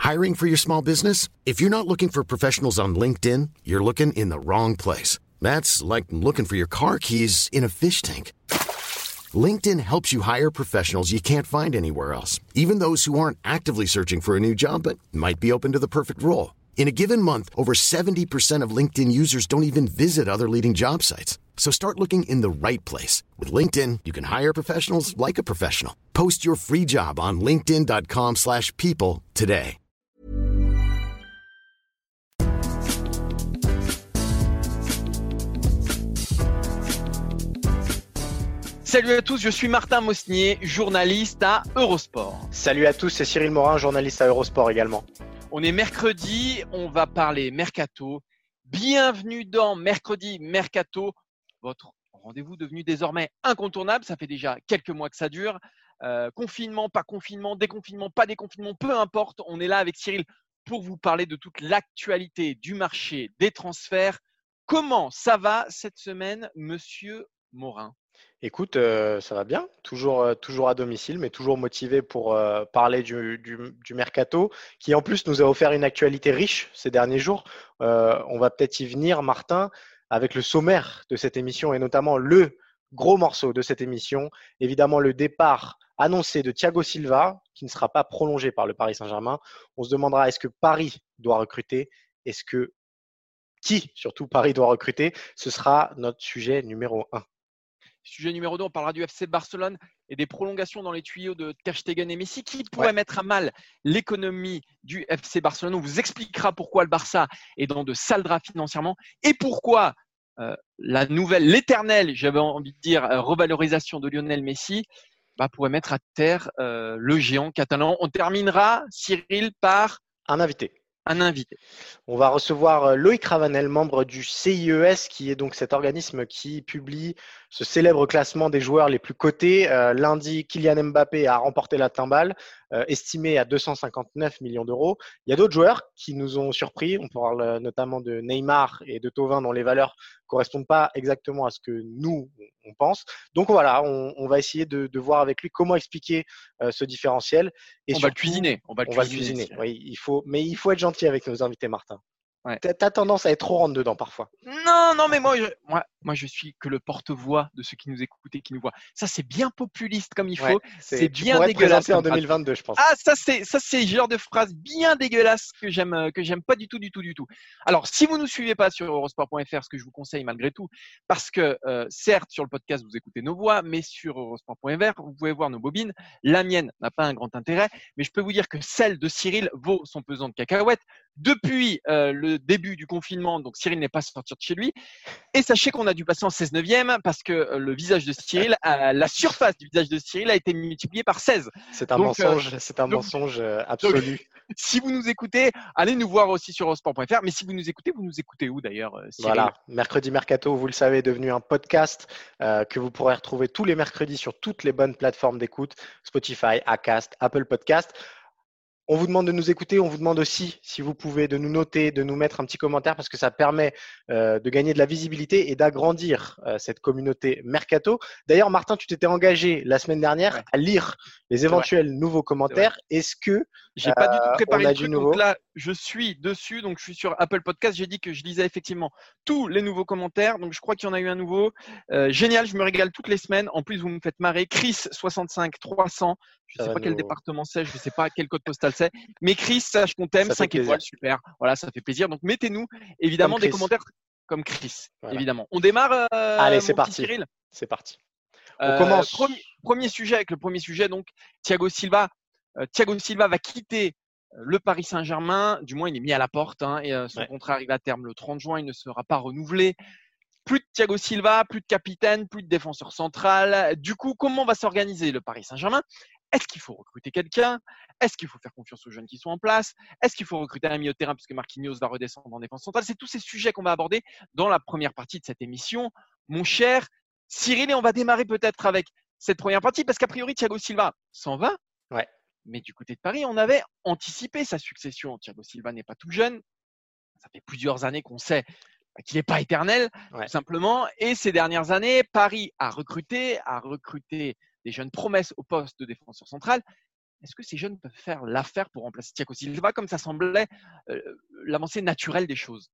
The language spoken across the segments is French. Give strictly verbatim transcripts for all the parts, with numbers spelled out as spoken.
Hiring for your small business? If you're not looking for professionals on LinkedIn, you're looking in the wrong place. That's like looking for your car keys in a fish tank. LinkedIn helps you hire professionals you can't find anywhere else, even those who aren't actively searching for a new job but might be open to the perfect role. In a given month, over seventy percent of LinkedIn users don't even visit other leading job sites. So start looking in the right place. With LinkedIn, you can hire professionals like a professional. Post your free job on linkedin.com slash people today. Salut à tous, je suis Martin Mosnier, journaliste à Eurosport. Salut à tous, c'est Cyril Morin, journaliste à Eurosport également. On est mercredi, on va parler Mercato. Bienvenue dans Mercredi Mercato, votre rendez-vous devenu désormais incontournable. Ça fait déjà quelques mois que ça dure. Euh, confinement, pas confinement, déconfinement, pas déconfinement, peu importe. On est là avec Cyril pour vous parler de toute l'actualité du marché, des transferts. Comment ça va cette semaine, monsieur Morin ? Écoute, euh, ça va bien, toujours, euh, toujours à domicile, mais toujours motivé pour euh, parler du, du, du mercato, qui en plus nous a offert une actualité riche ces derniers jours. Euh, on va peut-être y venir, Martin, avec le sommaire de cette émission et notamment le gros morceau de cette émission, évidemment le départ annoncé de Thiago Silva, qui ne sera pas prolongé par le Paris Saint-Germain. On se demandera, est-ce que Paris doit recruter ? Est-ce que qui, surtout Paris, doit recruter ? Ce sera notre sujet numéro un. Sujet numéro deux, on parlera du F C Barcelone et des prolongations dans les tuyaux de Ter Stegen et Messi qui pourraient ouais. mettre à mal l'économie du F C Barcelone. On vous expliquera pourquoi le Barça est dans de sales draps financièrement et pourquoi euh, la nouvelle, l'éternelle, j'avais envie de dire, euh, revalorisation de Lionel Messi bah, pourrait mettre à terre euh, le géant catalan. On terminera, Cyril, par un invité. Un invité. On va recevoir Loïc Ravanel, membre du C I E S, qui est donc cet organisme qui publie ce célèbre classement des joueurs les plus cotés. Euh, lundi, Kylian Mbappé a remporté la timbale, euh, estimé à deux cent cinquante-neuf millions d'euros. Il y a d'autres joueurs qui nous ont surpris. On parle notamment de Neymar et de Thauvin, dont les valeurs ne correspondent pas exactement à ce que nous, on pense. Donc voilà, on, on va essayer de, de voir avec lui comment expliquer euh, ce différentiel. Et on, surtout, va le cuisiner. on va le on cuisiner. Va le cuisiner. Oui, il faut, mais il faut être gentil avec nos invités, Martin. Ouais. T'as tendance à être trop rentre dedans parfois. Non, non, mais moi, je, moi, moi, je suis que le porte-voix de ceux qui nous écoutent et qui nous voient. Ça, c'est bien populiste comme il faut. Ouais, c'est, c'est bien dégueulasse. En deux mille vingt-deux, je pense. Ah, ça, c'est, ça, c'est le genre de phrase bien dégueulasse que j'aime, que j'aime pas du tout, du tout, du tout. Alors, si vous nous suivez pas sur eurosport point f r, ce que je vous conseille malgré tout, parce que euh, certes, sur le podcast, vous écoutez nos voix, mais sur eurosport point f r, vous pouvez voir nos bobines. La mienne n'a pas un grand intérêt, mais je peux vous dire que celle de Cyril vaut son pesant de cacahuètes. Depuis euh, le début du confinement, donc Cyril n'est pas sorti de chez lui. Et sachez qu'on a dû passer en seize neuvième parce que euh, le visage de Cyril, euh, la surface du visage de Cyril a été multipliée par seize. C'est un donc, mensonge, euh, c'est un donc, mensonge absolu. Donc, si vous nous écoutez, allez nous voir aussi sur eurosport point f r. Mais si vous nous écoutez, vous nous écoutez où d'ailleurs, Cyril ? Voilà, Mercredi Mercato, vous le savez, est devenu un podcast euh, que vous pourrez retrouver tous les mercredis sur toutes les bonnes plateformes d'écoute, Spotify, Acast, Apple Podcast. On vous demande de nous écouter, on vous demande aussi, si vous pouvez, de nous noter, de nous mettre un petit commentaire parce que ça permet euh, de gagner de la visibilité et d'agrandir euh, cette communauté Mercato. D'ailleurs, Martin, tu t'étais engagé la semaine dernière ouais. à lire les éventuels nouveaux commentaires. Est-ce que j'ai euh, pas du tout préparé le truc, donc là, je suis dessus, donc je suis sur Apple Podcast. J'ai dit que je lisais effectivement tous les nouveaux commentaires, donc je crois qu'il y en a eu un nouveau. Euh, génial, je me régale toutes les semaines. En plus, vous me faites marrer. Chris soixante-cinq trois cents. Je ne sais pas quel nous... département c'est, je ne sais pas quel code postal c'est, mais Chris, sache qu'on t'aime, cinq étoiles, super. Voilà, ça fait plaisir. Donc mettez-nous évidemment des commentaires comme Chris, voilà. Évidemment. On démarre. Euh, Allez, c'est parti. Cyril. C'est parti. On euh, commence. Premier, premier sujet avec le premier sujet, donc Thiago Silva. Euh, Thiago Silva va quitter le Paris Saint-Germain. Du moins, il est mis à la porte hein, et euh, son ouais. contrat arrive à terme le trente juin. Il ne sera pas renouvelé. Plus de Thiago Silva, plus de capitaine, plus de défenseur central. Du coup, comment va s'organiser le Paris Saint-Germain ? Est-ce qu'il faut recruter quelqu'un ? Est-ce qu'il faut faire confiance aux jeunes qui sont en place ? Est-ce qu'il faut recruter un milieu de terrain puisque Marquinhos va redescendre en défense centrale ? C'est tous ces sujets qu'on va aborder dans la première partie de cette émission. Mon cher Cyril, et on va démarrer peut-être avec cette première partie parce qu'a priori, Thiago Silva s'en va. Ouais. Mais du côté de Paris, on avait anticipé sa succession. Thiago Silva n'est pas tout jeune. Ça fait plusieurs années qu'on sait qu'il n'est pas éternel, ouais. tout simplement. Et ces dernières années, Paris a recruté, a recruté des jeunes promesses au poste de défenseur central. est-ce que ces jeunes peuvent faire l'affaire pour remplacer Thiago Silva comme ça semblait euh, l'avancée naturelle des choses?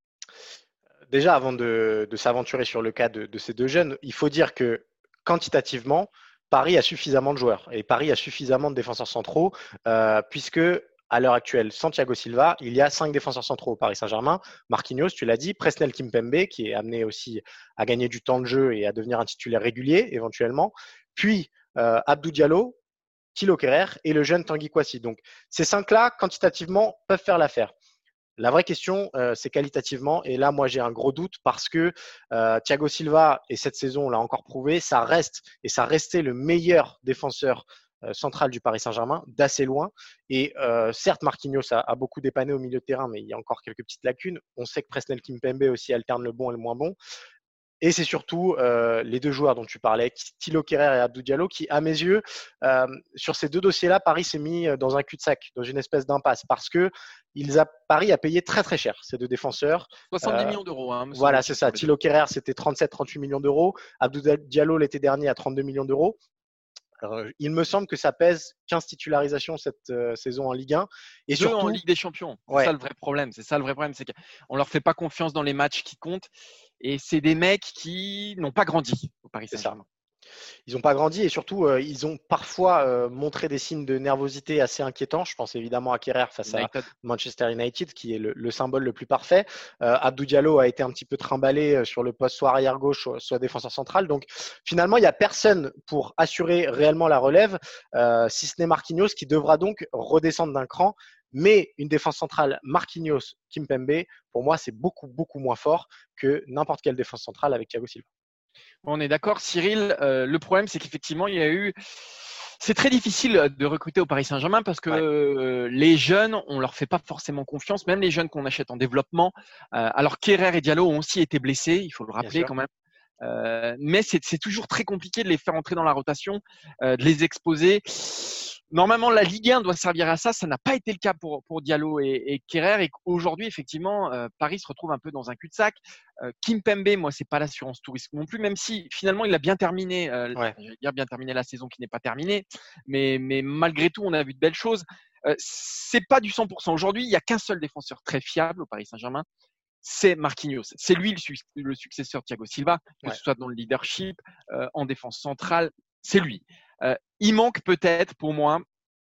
Déjà, avant de, de s'aventurer sur le cas de, de ces deux jeunes, il faut dire que quantitativement, Paris a suffisamment de joueurs et Paris a suffisamment de défenseurs centraux, euh, puisque à l'heure actuelle, sans Thiago Silva, il y a cinq défenseurs centraux au Paris Saint-Germain. Marquinhos, tu l'as dit, Presnel Kimpembe, qui est amené aussi à gagner du temps de jeu et à devenir un titulaire régulier éventuellement. Puis euh, Abdou Diallo, Thilo Kehrer et le jeune Tanguy Kouassi. Donc ces cinq-là, quantitativement, peuvent faire l'affaire. La vraie question, euh, c'est qualitativement. Et là, moi, j'ai un gros doute parce que euh, Thiago Silva, et cette saison, on l'a encore prouvé, ça reste et ça restait le meilleur défenseur euh, central du Paris Saint-Germain, d'assez loin. Et euh, certes, Marquinhos a, a beaucoup dépanné au milieu de terrain, mais il y a encore quelques petites lacunes. On sait que Presnel Kimpembe aussi alterne le bon et le moins bon. Et c'est surtout euh, les deux joueurs dont tu parlais, Thilo Kehrer et Abdou Diallo, qui, à mes yeux, euh, sur ces deux dossiers-là, Paris s'est mis dans un cul-de-sac, dans une espèce d'impasse, parce que ils a, Paris a payé très très cher ces deux défenseurs. soixante-dix euh, millions d'euros. Hein, voilà, c'est ça. Thilo Kehrer, c'était trente-sept trente-huit millions d'euros. Abdou Diallo, l'été dernier, à trente-deux millions d'euros. Alors, il me semble que ça pèse quinze titularisations cette euh, saison en Ligue un. Et Deux surtout en Ligue des Champions. C'est ouais. ça le vrai problème. C'est ça le vrai problème, c'est qu'on leur fait pas confiance dans les matchs qui comptent. Et c'est des mecs qui n'ont pas grandi au Paris Saint-Germain. Ils n'ont pas grandi et surtout, euh, ils ont parfois euh, montré des signes de nervosité assez inquiétants. Je pense évidemment à Kehrer face United. à Manchester United, qui est le, le symbole le plus parfait. Euh, Abdou Diallo a été un petit peu trimballé sur le poste soit arrière gauche, soit défenseur central. Donc finalement, il n'y a personne pour assurer réellement la relève, euh, si ce n'est Marquinhos, qui devra donc redescendre d'un cran. Mais une défense centrale Marquinhos, Kimpembe, pour moi, c'est beaucoup, beaucoup moins fort que n'importe quelle défense centrale avec Thiago Silva. On est d'accord, Cyril. Euh, le problème, c'est qu'effectivement, il y a eu. C'est très difficile de recruter au Paris Saint-Germain parce que ouais. euh, les jeunes, on leur fait pas forcément confiance, même les jeunes qu'on achète en développement. Euh, alors Kehrer et Diallo ont aussi été blessés, il faut le rappeler quand même. Euh, mais c'est, c'est toujours très compliqué de les faire entrer dans la rotation, euh, de les exposer. Normalement, la Ligue un doit servir à ça. Ça n'a pas été le cas pour, pour Diallo et, et Kehrer. Et aujourd'hui, effectivement, euh, Paris se retrouve un peu dans un cul-de-sac. Euh, Kimpembe, moi, c'est pas l'assurance tout risque non plus, même si finalement, il a bien terminé. Euh, ouais. Je vais dire bien terminé la saison qui n'est pas terminée. Mais, mais malgré tout, on a vu de belles choses. Euh, c'est pas du cent pour cent. Aujourd'hui, il n'y a qu'un seul défenseur très fiable au Paris Saint-Germain. C'est Marquinhos. C'est lui le, su- le successeur de Thiago Silva, que ouais. ce soit dans le leadership, euh, en défense centrale. C'est lui. Euh, il manque peut-être pour moi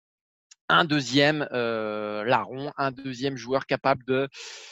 un deuxième euh, larron, un deuxième joueur capable de,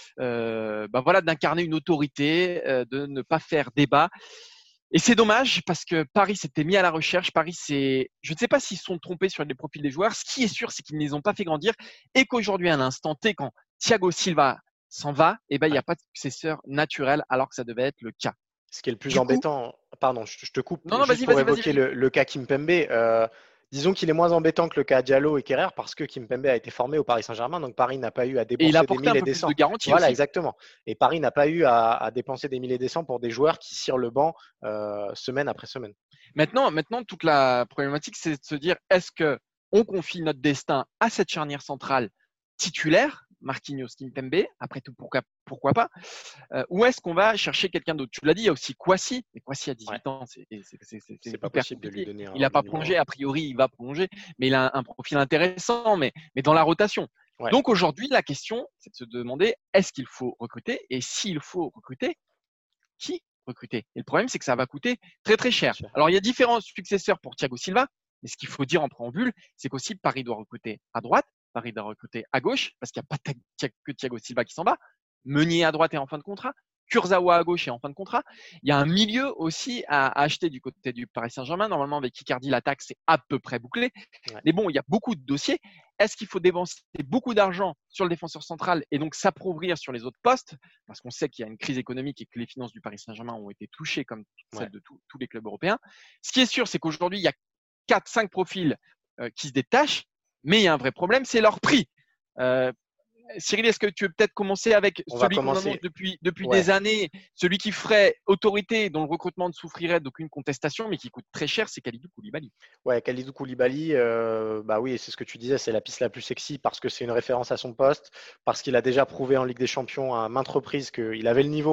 euh, bah voilà, d'incarner une autorité, euh, de ne pas faire débat. Et c'est dommage parce que Paris s'était mis à la recherche. Paris, c'est, je ne sais pas s'ils se sont trompés sur les profils des joueurs. Ce qui est sûr, c'est qu'ils ne les ont pas fait grandir et qu'aujourd'hui, à l'instant T, quand Thiago Silva s'en va, eh ben, il n'y a pas de successeur naturel alors que ça devait être le cas. Ce qui est le plus du embêtant, coup, pardon, je, je te coupe, non, non, juste vas-y, pour vas-y, évoquer vas-y. Le, le cas Kimpembe. Euh, disons qu'il est moins embêtant que le cas Diallo et Kehrer parce que Kimpembe a été formé au Paris Saint-Germain, donc Paris n'a pas eu à dépenser et il a des mille et des cents. De garantie voilà, aussi. exactement. Et Paris n'a pas eu à, à dépenser des mille et des cents pour des joueurs qui cirent le banc euh, semaine après semaine. Maintenant, maintenant, toute la problématique, c'est de se dire, est-ce que on confie notre destin à cette charnière centrale titulaire, Marquinhos, Kimpembe, après tout, pourquoi, pourquoi pas, euh, ou est-ce qu'on va chercher quelqu'un d'autre? Tu l'as dit, il y a aussi Kouassi, mais Kouassi à dix-huit ouais. ans, c'est, c'est, c'est, c'est, c'est pas possible compliqué. De lui donner un il n'a pas prolongé, a priori, il va prolonger, mais il a un, un profil intéressant, mais, mais dans la rotation. Ouais. Donc aujourd'hui, la question, c'est de se demander, est-ce qu'il faut recruter? Et s'il faut recruter, qui recruter? Et le problème, c'est que ça va coûter très très cher. Alors il y a différents successeurs pour Thiago Silva, mais ce qu'il faut dire en préambule, c'est qu'aussi Paris doit recruter à droite, Paris doit recruter à gauche, parce qu'il n'y a pas que Thiago Silva qui s'en va. Meunier à droite est en fin de contrat, Kurzawa à gauche est en fin de contrat. Il y a un milieu aussi à acheter du côté du Paris Saint-Germain. Normalement, avec Icardi, l'attaque, c'est à peu près bouclé. Ouais. Mais bon, il y a beaucoup de dossiers. Est-ce qu'il faut dépenser beaucoup d'argent sur le défenseur central et donc s'appauvrir sur les autres postes? Parce qu'on sait qu'il y a une crise économique et que les finances du Paris Saint-Germain ont été touchées comme celles ouais. de tout, tous les clubs européens. Ce qui est sûr, c'est qu'aujourd'hui, il y a quatre cinq profils euh, qui se détachent, mais il y a un vrai problème, c'est leur prix. Euh, Cyril, est-ce que tu veux peut-être commencer avec on celui qu'on annonce depuis, depuis ouais. des années, celui qui ferait autorité, dont le recrutement ne souffrirait d'aucune contestation, mais qui coûte très cher, c'est Kalidou Koulibaly. Ouais, Kalidou Koulibaly, euh, bah oui, c'est ce que tu disais, c'est la piste la plus sexy parce que c'est une référence à son poste, parce qu'il a déjà prouvé en Ligue des Champions à maintes reprises qu'il avait le niveau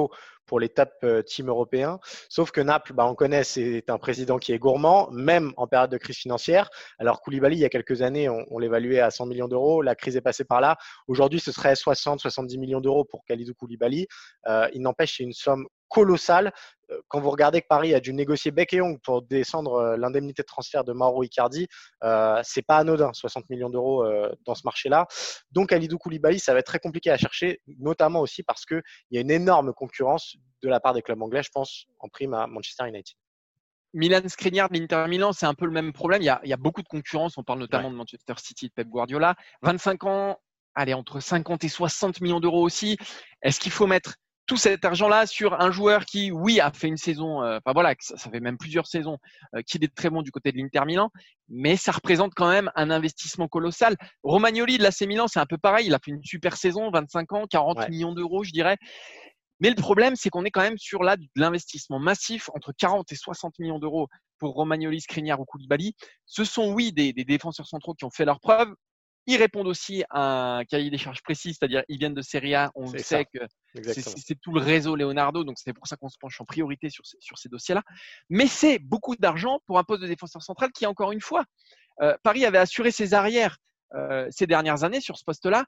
pour les top euh, teams européens. Sauf que Naples, bah, on connaît, c'est un président qui est gourmand, même en période de crise financière. Alors Koulibaly, il y a quelques années, on, on l'évaluait à cent millions d'euros. La crise est passée par là. Aujourd'hui, ce serait soixante, soixante-dix millions d'euros pour Kalidou Koulibaly. Euh, il n'empêche, c'est une somme colossale. Quand vous regardez que Paris a dû négocier bec et ongle pour descendre l'indemnité de transfert de Mauro Icardi, euh, c'est pas anodin, soixante millions d'euros euh, dans ce marché-là. Donc Kalidou Koulibaly, ça va être très compliqué à chercher, notamment aussi parce qu'il y a une énorme concurrence de la part des clubs anglais, je pense, en prime à Manchester United. Milan Skriniar de l'Inter Milan, c'est un peu le même problème. Il y a, il y a beaucoup de concurrence. On parle notamment ouais. de Manchester City, de Pep Guardiola. vingt-cinq ans, allez, entre cinquante et soixante millions d'euros aussi. Est-ce qu'il faut mettre tout cet argent-là sur un joueur qui, oui, a fait une saison, euh, enfin voilà, ça, ça fait même plusieurs saisons, euh, qu'il est très bon du côté de l'Inter Milan, mais ça représente quand même un investissement colossal. Romagnoli de l'A C Milan, c'est un peu pareil, il a fait une super saison, vingt-cinq ans, quarante ouais. millions d'euros, je dirais. Mais le problème, c'est qu'on est quand même sur là de l'investissement massif entre quarante et soixante millions d'euros pour Romagnoli, Skriniar ou Koulibaly. Ce sont, oui, des, des défenseurs centraux qui ont fait leurs preuves. Ils répondent aussi à un cahier des charges précis, c'est-à-dire ils viennent de Serie A, on c'est sait ça. que c'est, c'est tout le réseau Leonardo, donc c'est pour ça qu'on se penche en priorité sur ces, sur ces dossiers-là. Mais c'est beaucoup d'argent pour un poste de défenseur central qui, encore une fois, euh, Paris avait assuré ses arrières euh, ces dernières années sur ce poste-là.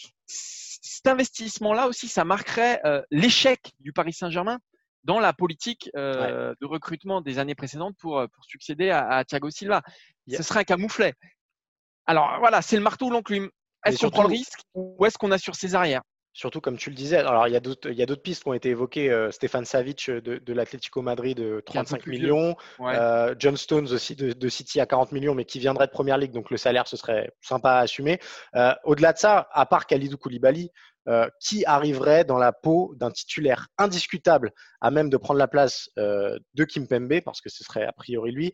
Cet investissement-là aussi, ça marquerait euh, l'échec du Paris Saint-Germain dans la politique euh, ouais. de recrutement des années précédentes pour, pour succéder à, à Thiago Silva. Yeah. Ce serait un camouflet. Alors voilà, c'est le marteau ou l'enclume. Est-ce qu'on prend le risque ou est-ce qu'on assure ses arrières ? Surtout, comme tu le disais, alors il y a d'autres, il y a d'autres pistes qui ont été évoquées. Euh, Stéphane Savic de, de l'Atlético Madrid, de trente-cinq millions. Ouais. Euh, John Stones aussi de, de City à quarante millions, mais qui viendrait de Première Ligue, donc le salaire, ce serait sympa à assumer. Euh, au-delà de ça, à part Kalidou Koulibaly, euh, qui arriverait dans la peau d'un titulaire indiscutable à même de prendre la place euh, de Kimpembe, parce que ce serait a priori lui.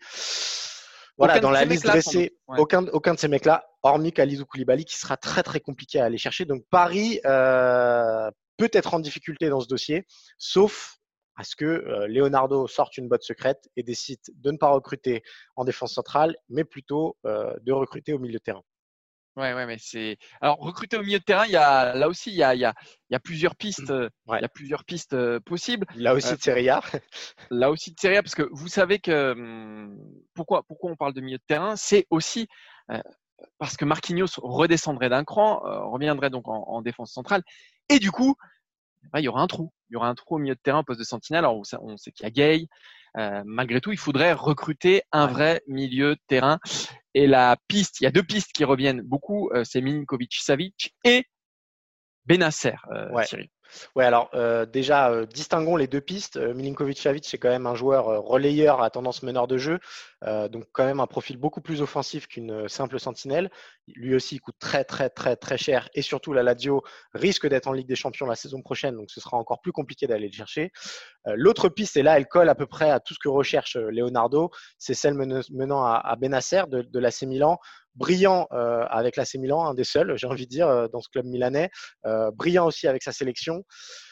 Voilà, aucun dans la liste dressée, ouais. aucun, aucun de ces mecs-là, hormis Kalidou Koulibaly, qui sera très très compliqué à aller chercher. Donc Paris euh, peut être en difficulté dans ce dossier, sauf à ce que euh, Leonardo sorte une botte secrète et décide de ne pas recruter en défense centrale, mais plutôt euh, de recruter au milieu de terrain. Ouais, ouais, mais c'est. Alors recruter au milieu de terrain, il y a là aussi, il y a, il y a, il y a plusieurs pistes, ouais. il y a plusieurs pistes possibles. Là aussi de Serie A. Là aussi de Serie A, parce que vous savez que pourquoi, pourquoi on parle de milieu de terrain, c'est aussi euh, parce que Marquinhos redescendrait d'un cran, euh, reviendrait donc en, en défense centrale, et du coup, bah, il y aura un trou, il y aura un trou au milieu de terrain, poste de sentinelle. Alors on sait qu'il y a Gay. Euh, malgré tout, il faudrait recruter un vrai milieu de terrain. Et la piste, il y a deux pistes qui reviennent beaucoup, euh, c'est Milinkovic-Savic et Bennacer, euh, ouais. Thierry. Ouais, alors euh, déjà, euh, distinguons les deux pistes. Euh, Milinkovic-Savic, c'est quand même un joueur euh, relayeur à tendance meneur de jeu, euh, donc quand même un profil beaucoup plus offensif qu'une euh, simple sentinelle. Lui aussi, il coûte très, très, très, très cher et surtout, la Lazio risque d'être en Ligue des Champions la saison prochaine, donc ce sera encore plus compliqué d'aller le chercher. Euh, l'autre piste, et là, elle colle à peu près à tout ce que recherche euh, Leonardo, c'est celle men- menant à, à Bennacer de, de l'A C Milan. Brillant euh, avec l'A C Milan, un des seuls, j'ai envie de dire, euh, dans ce club milanais. Euh, brillant aussi avec sa sélection.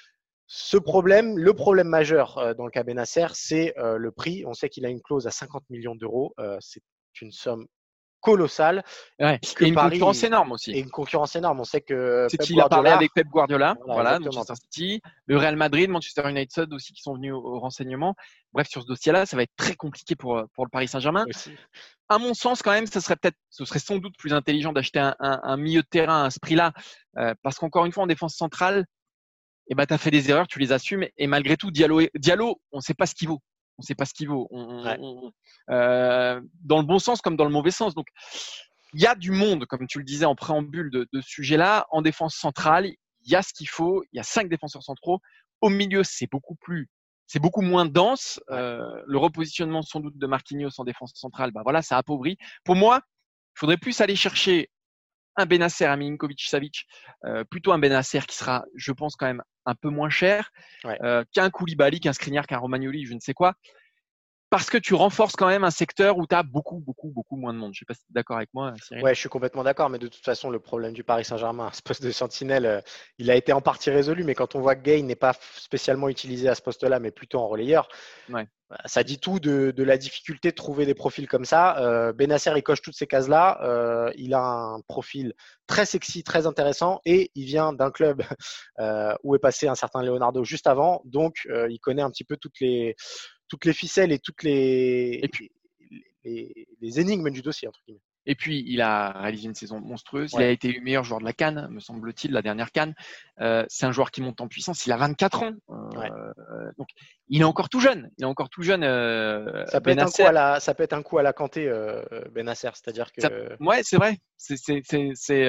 Ce problème, le problème majeur euh, dans le cas Bennacer, c'est euh, le prix. On sait qu'il a une clause à cinquante millions d'euros. Euh, c'est une somme colossale. Ouais. Et une Paris, concurrence énorme aussi. Et une concurrence énorme. On sait que c'est qu'il a parlé avec Pep Guardiola, voilà, voilà Manchester City, le Real Madrid, Manchester United aussi qui sont venus au, au renseignement. Bref, sur ce dossier-là, ça va être très compliqué pour pour le Paris Saint-Germain. Aussi. À mon sens, quand même, ça serait peut-être, ce serait sans doute plus intelligent d'acheter un, un, un milieu de terrain à ce prix-là, euh, parce qu'encore une fois, en défense centrale, eh ben, t'as fait des erreurs, tu les assumes, et malgré tout, Diallo, Diallo, on sait pas ce qu'il vaut. On sait pas ce qu'il vaut. On, ouais. on, euh, dans le bon sens comme dans le mauvais sens. Donc, il y a du monde, comme tu le disais en préambule de, de ce sujet-là, en défense centrale. Il y a ce qu'il faut. Il y a cinq défenseurs centraux. Au milieu, c'est beaucoup plus, c'est beaucoup moins dense. Ouais. Euh, le repositionnement sans doute de Marquinhos en défense centrale, ben voilà, ça appauvrit. Pour moi, il faudrait plus aller chercher un Bennacer, un Milinkovic-Savic, euh, plutôt un Bennacer qui sera, je pense, quand même un peu moins cher, ouais. euh, qu'un Koulibaly, qu'un Skriniar, qu'un Romagnoli, je ne sais quoi. parce que tu renforces quand même un secteur où tu as beaucoup, beaucoup, beaucoup moins de monde. Je ne sais pas si tu es d'accord avec moi, Cyril. Ouais, je suis complètement d'accord, mais de toute façon, le problème du Paris Saint-Germain, à ce poste de sentinelle, euh, il a été en partie résolu, mais quand on voit que Gay n'est pas spécialement utilisé à ce poste-là, mais plutôt en relayeur, ouais. bah, ça dit tout de, de la difficulté de trouver des profils comme ça. Euh, Bennacer, il coche toutes ces cases-là. Euh, il a un profil très sexy, très intéressant, et il vient d'un club euh, où est passé un certain Leonardo juste avant, donc euh, il connaît un petit peu toutes les, toutes les ficelles et toutes les, et puis, les, les énigmes du dossier, entre guillemets. Et puis, il a réalisé une saison monstrueuse. Ouais. Il a été le meilleur joueur de la CAN, me semble-t-il, la dernière CAN. Euh, c'est un joueur qui monte en puissance. Il a vingt-quatre ans. Euh, ouais. Donc, il est encore tout jeune. Il est encore tout jeune. Euh, ça, peut être un coup à la, ça peut être un coup à la Kanté, euh, Bennacer. C'est-à-dire que. Ça, ouais, c'est vrai. C'est, c'est, c'est, c'est,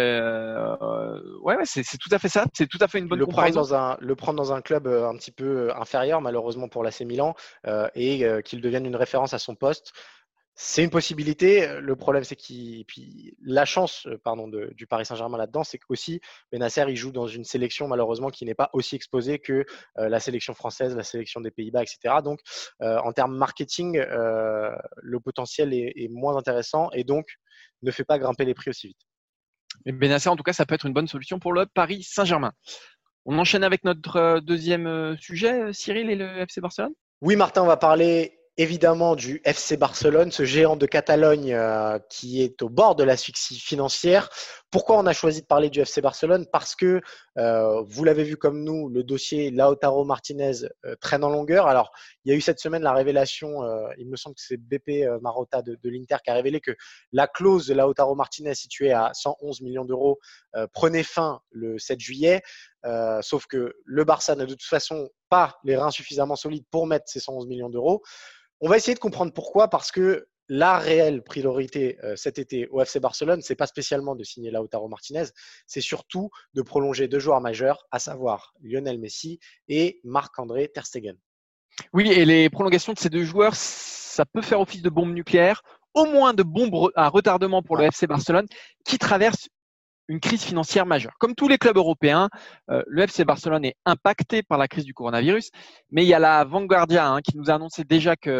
euh, ouais, ouais, c'est, c'est tout à fait ça. C'est tout à fait une bonne le comparaison. Prendre dans un, le prendre dans un club un petit peu inférieur, malheureusement pour l'A C Milan, euh, et euh, qu'il devienne une référence à son poste. C'est une possibilité. Le problème, c'est qu'il, puis la chance, pardon, de, du Paris Saint-Germain là-dedans, c'est qu'aussi Bennacer, il joue dans une sélection malheureusement qui n'est pas aussi exposée que euh, la sélection française, la sélection des Pays-Bas, et cetera. Donc, euh, en termes marketing, euh, le potentiel est, est moins intéressant et donc ne fait pas grimper les prix aussi vite. Mais Bennacer, en tout cas, ça peut être une bonne solution pour le Paris Saint-Germain. On enchaîne avec notre deuxième sujet, Cyril, et le F C Barcelone. Oui, Martin, on va parler évidemment du F C Barcelone, ce géant de Catalogne euh, qui est au bord de l'asphyxie financière. Pourquoi on a choisi de parler du F C Barcelone? Parce que, euh, vous l'avez vu comme nous, le dossier Lautaro Martinez euh, traîne en longueur. Alors, il y a eu cette semaine la révélation, euh, il me semble que c'est B P euh, Marotta de, de l'Inter qui a révélé que la clause de Lautaro Martinez située à cent onze millions d'euros euh, prenait fin le sept juillet. Euh, sauf que le Barça n'a de toute façon pas les reins suffisamment solides pour mettre ces cent onze millions d'euros. On va essayer de comprendre pourquoi, parce que la réelle priorité euh, cet été au F C Barcelone, c'est pas spécialement de signer Lautaro Martinez, c'est surtout de prolonger deux joueurs majeurs, à savoir Lionel Messi et Marc-André Ter Stegen. Oui, et les prolongations de ces deux joueurs, ça peut faire office de bombe nucléaire, au moins de bombe à retardement pour ouais. le F C Barcelone, qui traverse une crise financière majeure. Comme tous les clubs européens, euh, le F C Barcelone est impacté par la crise du coronavirus, mais il y a la Vanguardia hein, qui nous a annoncé déjà que,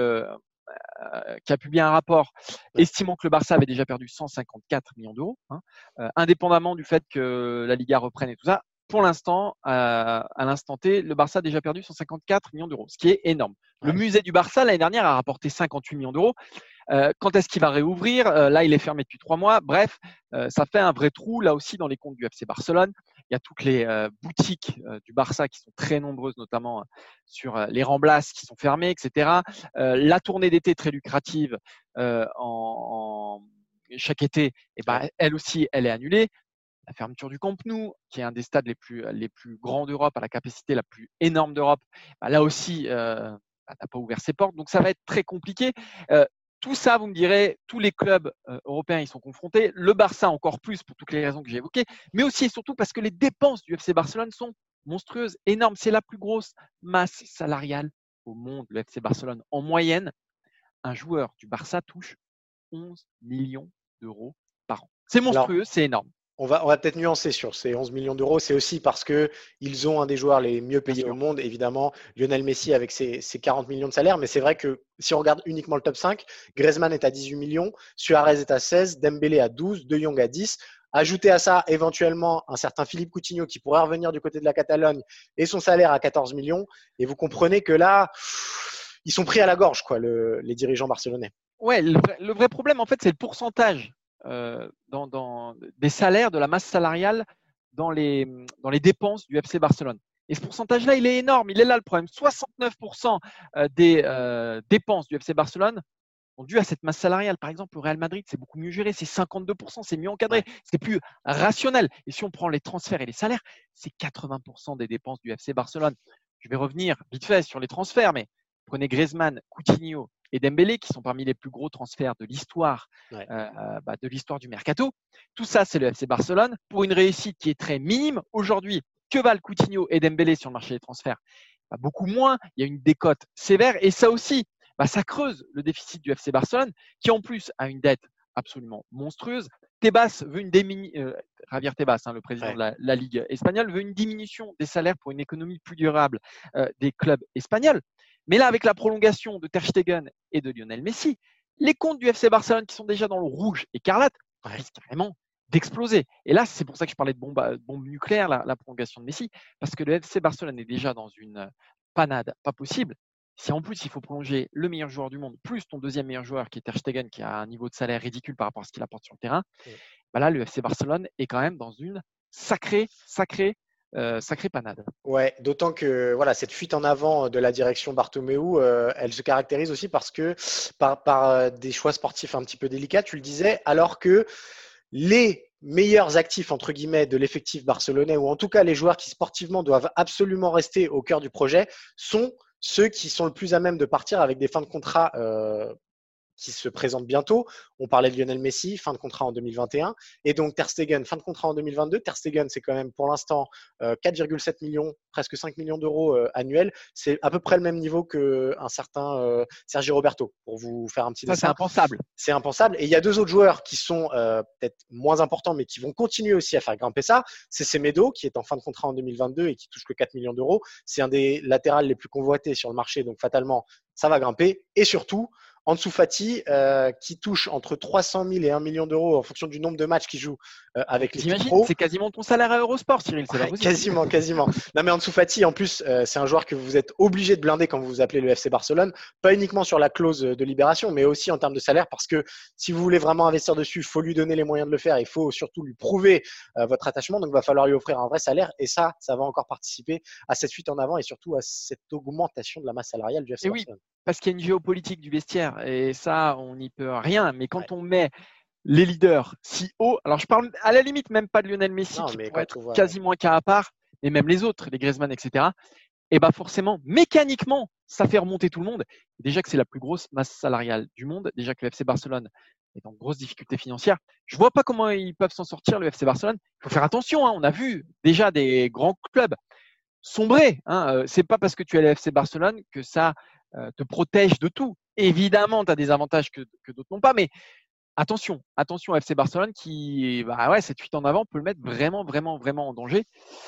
euh, qui a publié un rapport estimant que le Barça avait déjà perdu cent cinquante-quatre millions d'euros, hein, euh, indépendamment du fait que la Liga reprenne et tout ça. Pour l'instant, euh, à l'instant T, le Barça a déjà perdu cent cinquante-quatre millions d'euros, ce qui est énorme. Le ouais. musée du Barça, l'année dernière, a rapporté cinquante-huit millions d'euros. Euh, quand est-ce qu'il va réouvrir? euh, Là, il est fermé depuis trois mois. Bref, euh, ça fait un vrai trou là aussi dans les comptes du F C Barcelone. Il y a toutes les euh, boutiques euh, du Barça qui sont très nombreuses, notamment euh, sur euh, les Ramblas qui sont fermées, et cetera. Euh, la tournée d'été très lucrative euh, en, en chaque été, eh ben, elle aussi, elle est annulée. La fermeture du Camp Nou, qui est un des stades les plus les plus grands d'Europe, à la capacité la plus énorme d'Europe, bah, là aussi, euh, bah, n'a pas ouvert ses portes. Donc ça va être très compliqué. Euh, Tout ça, vous me direz, tous les clubs euh, européens y sont confrontés. Le Barça encore plus pour toutes les raisons que j'ai évoquées, mais aussi et surtout parce que les dépenses du F C Barcelone sont monstrueuses, énormes. C'est la plus grosse masse salariale au monde, le F C Barcelone. En moyenne, un joueur du Barça touche onze millions d'euros par an. C'est monstrueux, Alors, c'est énorme. On va, on va peut-être nuancer sur ces onze millions d'euros. C'est aussi parce qu'ils ont un des joueurs les mieux payés au monde, évidemment, Lionel Messi avec ses, ses quarante millions de salaire. Mais c'est vrai que si on regarde uniquement le top cinq, Griezmann est à dix-huit millions, Suarez est à seize, Dembélé à douze, De Jong à dix. Ajoutez à ça éventuellement un certain Philippe Coutinho qui pourrait revenir du côté de la Catalogne et son salaire à quatorze millions. Et vous comprenez que là, ils sont pris à la gorge, quoi, le, les dirigeants barcelonais. Ouais, le vrai, le vrai problème, en fait, c'est le pourcentage. Euh, dans, dans des salaires, de la masse salariale dans les, dans les dépenses du F C Barcelone. Et ce pourcentage-là, il est énorme. Il est là le problème. soixante-neuf pour cent des euh, dépenses du F C Barcelone sont dues à cette masse salariale. Par exemple, le Real Madrid, c'est beaucoup mieux géré. C'est cinquante-deux pour cent. C'est mieux encadré. C'est plus rationnel. Et si on prend les transferts et les salaires, c'est quatre-vingts pour cent des dépenses du F C Barcelone. Je vais revenir vite fait sur les transferts, mais prenez Griezmann, Coutinho et Dembélé, qui sont parmi les plus gros transferts de l'histoire, ouais. euh, bah, de l'histoire du mercato. Tout ça, c'est le F C Barcelone pour une réussite qui est très minime. Aujourd'hui, que valent Coutinho et Dembélé sur le marché des transferts? Bah, beaucoup moins. Il y a une décote sévère et ça aussi, bah, ça creuse le déficit du F C Barcelone, qui en plus a une dette absolument monstrueuse. Tebas veut une diminution, euh, Javier Tebas, hein, le président ouais. de la, la Ligue espagnole, veut une diminution des salaires pour une économie plus durable euh, des clubs espagnols. Mais là, avec la prolongation de Ter Stegen et de Lionel Messi, les comptes du F C Barcelone qui sont déjà dans le rouge écarlate Ouais. risquent carrément d'exploser. Et là, c'est pour ça que je parlais de bombe, bombe nucléaire, la, la prolongation de Messi, parce que le F C Barcelone est déjà dans une panade pas possible. Si en plus il faut prolonger le meilleur joueur du monde, plus ton deuxième meilleur joueur qui est Ter Stegen, qui a un niveau de salaire ridicule par rapport à ce qu'il apporte sur le terrain, Ouais. bah là, le F C Barcelone est quand même dans une sacrée, sacrée, euh, sacrée panade. Ouais, d'autant que voilà, cette fuite en avant de la direction Bartomeu, euh, elle se caractérise aussi parce que par, par des choix sportifs un petit peu délicats, tu le disais, alors que les meilleurs actifs entre guillemets de l'effectif barcelonais, ou en tout cas les joueurs qui sportivement doivent absolument rester au cœur du projet, sont ceux qui sont le plus à même de partir avec des fins de contrat euh, qui se présentent bientôt. On parlait de Lionel Messi, fin de contrat en deux mille vingt et un, et donc Ter Stegen, fin de contrat en deux mille vingt-deux. Ter Stegen, c'est quand même pour l'instant euh, quatre virgule sept millions, presque cinq millions d'euros euh, annuels. C'est à peu près le même niveau qu'un certain euh, Sergi Roberto, pour vous faire un petit Ça, dessin. c'est impensable. C'est impensable. Et il y a deux autres joueurs qui sont euh, peut-être moins importants, mais qui vont continuer aussi à faire grimper ça. C'est Semedo, qui est en fin de contrat en deux mille vingt-deux et qui touche que quatre millions d'euros. C'est un des latérales les plus convoités sur le marché, donc fatalement, ça va grimper. Et surtout, Ansu Fati, euh, qui touche entre trois cent mille et un million d'euros en fonction du nombre de matchs qu'il joue euh, avec l'équipe pro. C'est quasiment ton salaire à Eurosport, Cyril. C'est Ouais, quasiment, quasiment. Non, mais Ansu Fati, en plus, euh, c'est un joueur que vous êtes obligé de blinder quand vous vous appelez le F C Barcelone, pas uniquement sur la clause de libération, mais aussi en termes de salaire, parce que si vous voulez vraiment investir dessus, il faut lui donner les moyens de le faire, il faut surtout lui prouver euh, votre attachement, donc il va falloir lui offrir un vrai salaire, et ça, ça va encore participer à cette fuite en avant et surtout à cette augmentation de la masse salariale du F C et Barcelone. Oui. Parce qu'il y a une géopolitique du vestiaire et ça, on n'y peut rien. Mais quand ouais. on met les leaders si haut, alors je parle à la limite même pas de Lionel Messi non, qui pourrait être voit, quasiment un cas à part, mais même les autres, les Griezmann, et cetera. Et bah forcément, mécaniquement, ça fait remonter tout le monde. Déjà que c'est la plus grosse masse salariale du monde, déjà que le F C Barcelone est en grosse difficulté financière. Je vois pas comment ils peuvent s'en sortir, le F C Barcelone. Il faut faire attention, hein. On a vu déjà des grands clubs sombrer. Hein. C'est pas parce que tu es le F C Barcelone que ça Euh, te protège de tout. Évidemment, tu as des avantages que, que d'autres n'ont pas, mais attention, attention F C Barcelone qui, bah ouais, cette fuite en avant peut le mettre vraiment, vraiment, vraiment en danger.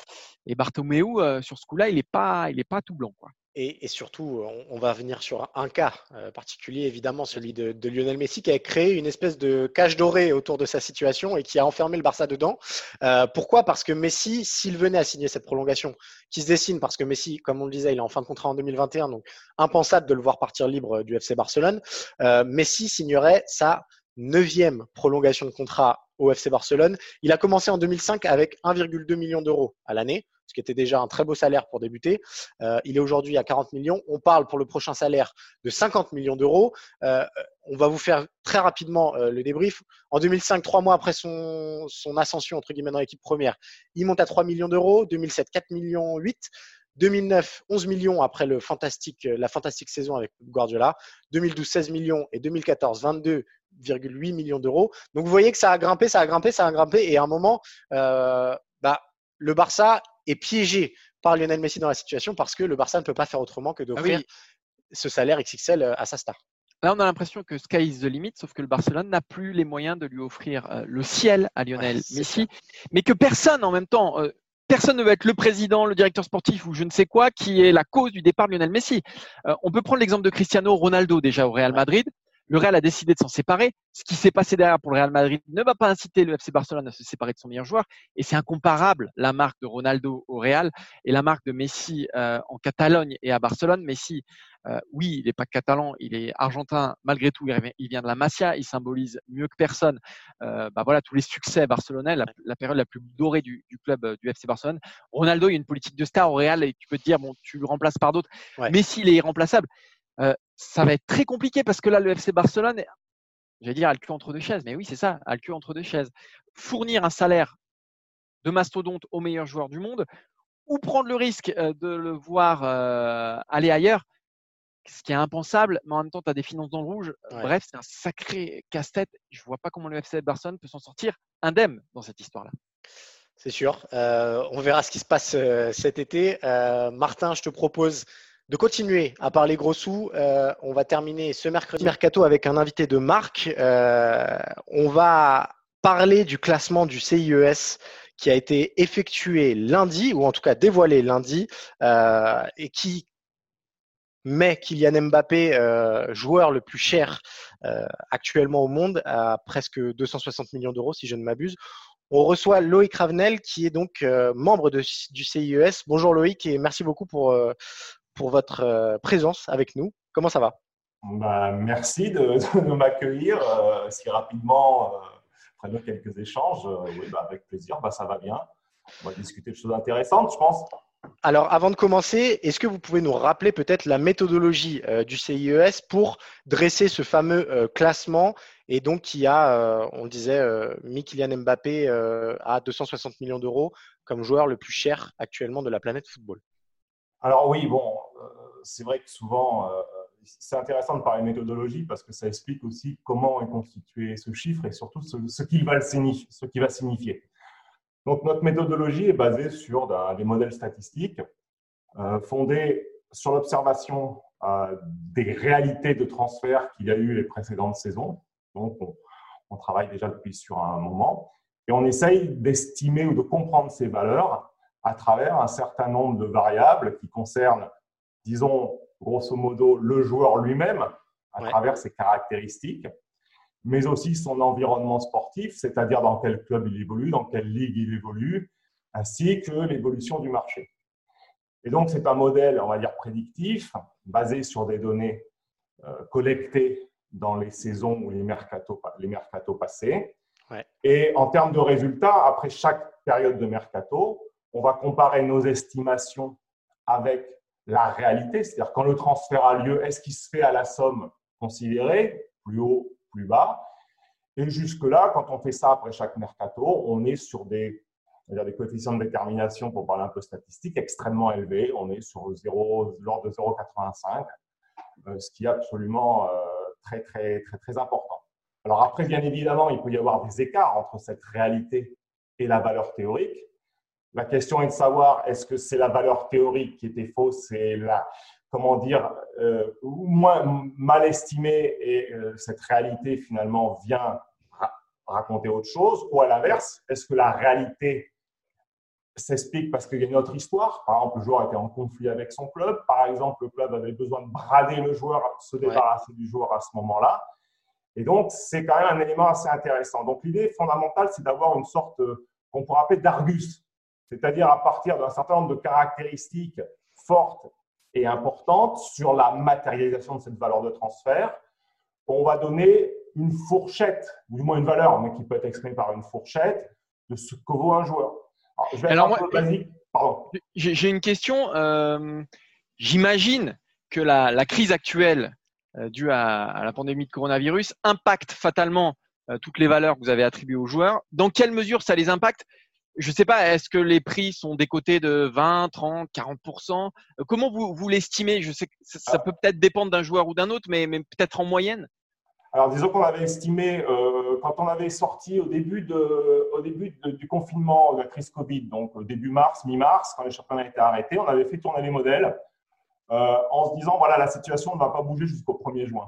Et Bartomeu, euh, sur ce coup-là, il n'est pas, il est pas tout blanc, quoi. Et, et surtout, on, on va venir sur un cas euh, particulier, évidemment, celui de, de Lionel Messi, qui a créé une espèce de cage dorée autour de sa situation et qui a enfermé le Barça dedans. Euh, pourquoi ? Parce que Messi, s'il venait à signer cette prolongation qui se dessine, parce que Messi, comme on le disait, il est en fin de contrat en deux mille vingt et un, donc impensable de le voir partir libre du F C Barcelone, euh, Messi signerait sa neuvième prolongation de contrat au F C Barcelone. Il a commencé en deux mille cinq avec un virgule deux million d'euros à l'année, ce qui était déjà un très beau salaire pour débuter. Euh, il est aujourd'hui à quarante millions. On parle pour le prochain salaire de cinquante millions d'euros. Euh, on va vous faire très rapidement euh, le débrief. En deux mille cinq, trois mois après son, son ascension entre guillemets dans l'équipe première, il monte à trois millions d'euros. deux mille sept, quatre millions huit. deux mille neuf, onze millions après le fantastique, la fantastique saison avec Guardiola. deux mille douze, seize millions et deux mille quatorze, vingt-deux virgule huit millions d'euros. Donc vous voyez que ça a grimpé, ça a grimpé, ça a grimpé. Et à un moment, euh, bah, le Barça est piégé par Lionel Messi dans la situation parce que le Barça ne peut pas faire autrement que d'offrir ah oui. ce salaire X X L à sa star. Là, on a l'impression que sky is the limit, sauf que le Barcelone n'a plus les moyens de lui offrir euh, le ciel à Lionel ouais, Messi, ça. Mais que personne en même temps, euh, personne ne veut être le président, le directeur sportif ou je ne sais quoi qui est la cause du départ de Lionel Messi. Euh, on peut prendre l'exemple de Cristiano Ronaldo déjà au Real Madrid. Le Real a décidé de s'en séparer. Ce qui s'est passé derrière pour le Real Madrid ne va pas inciter le F C Barcelone à se séparer de son meilleur joueur. Et c'est incomparable, la marque de Ronaldo au Real et la marque de Messi euh, en Catalogne et à Barcelone. Messi, euh, oui, il n'est pas catalan, il est argentin. Malgré tout, il vient de la Masia. Il symbolise mieux que personne euh, bah voilà, tous les succès barcelonais, la, la période la plus dorée du, du club euh, du F C Barcelone. Ronaldo, il y a une politique de star au Real et tu peux te dire, bon, tu le remplaces par d'autres. Ouais. Messi, il est irremplaçable. Euh, ça va être très compliqué parce que là, le F C Barcelone, j'allais dire, a le cul entre deux chaises, mais oui, c'est ça, a le cul entre deux chaises. Fournir un salaire de mastodonte au meilleur joueur du monde ou prendre le risque de le voir euh, aller ailleurs, ce qui est impensable, mais en même temps, tu as des finances dans le rouge. Ouais. Bref, c'est un sacré casse-tête. Je ne vois pas comment le F C Barcelone peut s'en sortir indemne dans cette histoire-là. C'est sûr. Euh, on verra ce qui se passe euh, cet été. Euh, Martin, je te propose de continuer à parler gros sous. Euh, on va terminer ce mercredi mercato avec un invité de marque. Euh, on va parler du classement du C I E S qui a été effectué lundi, ou en tout cas dévoilé lundi, euh, et qui met Kylian Mbappé, euh, joueur le plus cher euh, actuellement au monde, à presque deux cent soixante millions d'euros, si je ne m'abuse. On reçoit Loïc Ravenel, qui est donc euh, membre de, du C I E S. Bonjour Loïc, et merci beaucoup pour, euh, pour votre euh, présence avec nous. Comment ça va? Bah, merci de, de m'accueillir euh, si rapidement, euh, après quelques échanges. Euh, oui, bah, avec plaisir, bah, ça va bien. On va discuter de choses intéressantes, je pense. Alors, avant de commencer, est-ce que vous pouvez nous rappeler peut-être la méthodologie euh, du C I E S pour dresser ce fameux euh, classement et donc qui a, euh, on le disait, euh, mis Kylian Mbappé euh, à deux cent soixante millions d'euros comme joueur le plus cher actuellement de la planète football? Alors oui, bon, euh, c'est vrai que souvent, euh, c'est intéressant de parler méthodologie parce que ça explique aussi comment est constitué ce chiffre et surtout ce, ce qu'il va, ce qui va signifier. Donc, notre méthodologie est basée sur d'un, des modèles statistiques euh, fondés sur l'observation euh, des réalités de transfert qu'il y a eu les précédentes saisons. Donc, on, on travaille déjà depuis sur un moment et on essaye d'estimer ou de comprendre ces valeurs à travers un certain nombre de variables qui concernent, disons, grosso modo, le joueur lui-même à ouais. travers ses caractéristiques, mais aussi son environnement sportif, c'est-à-dire dans quel club il évolue, dans quelle ligue il évolue, ainsi que l'évolution du marché. Et donc, c'est un modèle, on va dire, prédictif, basé sur des données euh, collectées dans les saisons ou les mercatos, les mercatos passés. Ouais. Et en termes de résultats, après chaque période de mercato, on va comparer nos estimations avec la réalité, c'est-à-dire quand le transfert a lieu, est-ce qu'il se fait à la somme considérée, plus haut, plus bas. Et jusque-là, quand on fait ça après chaque mercato, on est sur des, des coefficients de détermination, pour parler un peu statistique, extrêmement élevés. On est sur zéro, l'ordre de zéro virgule quatre-vingt-cinq, euh, ce qui est absolument euh, très, très, très, très important. Alors après, bien évidemment, il peut y avoir des écarts entre cette réalité et la valeur théorique. La question est de savoir, est-ce que c'est la valeur théorique qui était fausse, c'est la, comment dire, euh, moins mal estimée et euh, cette réalité finalement vient ra- raconter autre chose, ou à l'inverse, est-ce que la réalité s'explique parce qu'il y a une autre histoire? Par exemple, le joueur était en conflit avec son club, par exemple, le club avait besoin de brader le joueur, se débarrasser ouais. du joueur à ce moment-là. Et donc, c'est quand même un élément assez intéressant. Donc, l'idée fondamentale, c'est d'avoir une sorte euh, qu'on pourrait appeler d'argus, c'est-à-dire à partir d'un certain nombre de caractéristiques fortes et importante sur la matérialisation de cette valeur de transfert, on va donner une fourchette, ou du moins une valeur, mais qui peut être exprimée par une fourchette, de ce que vaut un joueur. Alors, je vais être Alors un moi, peu basique. Pardon. J'ai une question. Euh, J'imagine que la, la crise actuelle euh, due à, à la pandémie de coronavirus impacte fatalement euh, toutes les valeurs que vous avez attribuées aux joueurs. Dans quelle mesure ça les impacte ? Je ne sais pas, est-ce que les prix sont décotés de vingt, trente, quarante pour cent? Comment vous, vous l'estimez? Je sais que ça, ça peut peut-être dépendre d'un joueur ou d'un autre, mais, mais peut-être en moyenne. Alors, disons qu'on avait estimé, euh, quand on avait sorti au début, de, au début de, du confinement, de la crise Covid, donc début mars, mi-mars, quand les championnats étaient arrêtés, on avait fait tourner les modèles euh, en se disant, voilà, la situation ne va pas bouger jusqu'au premier juin.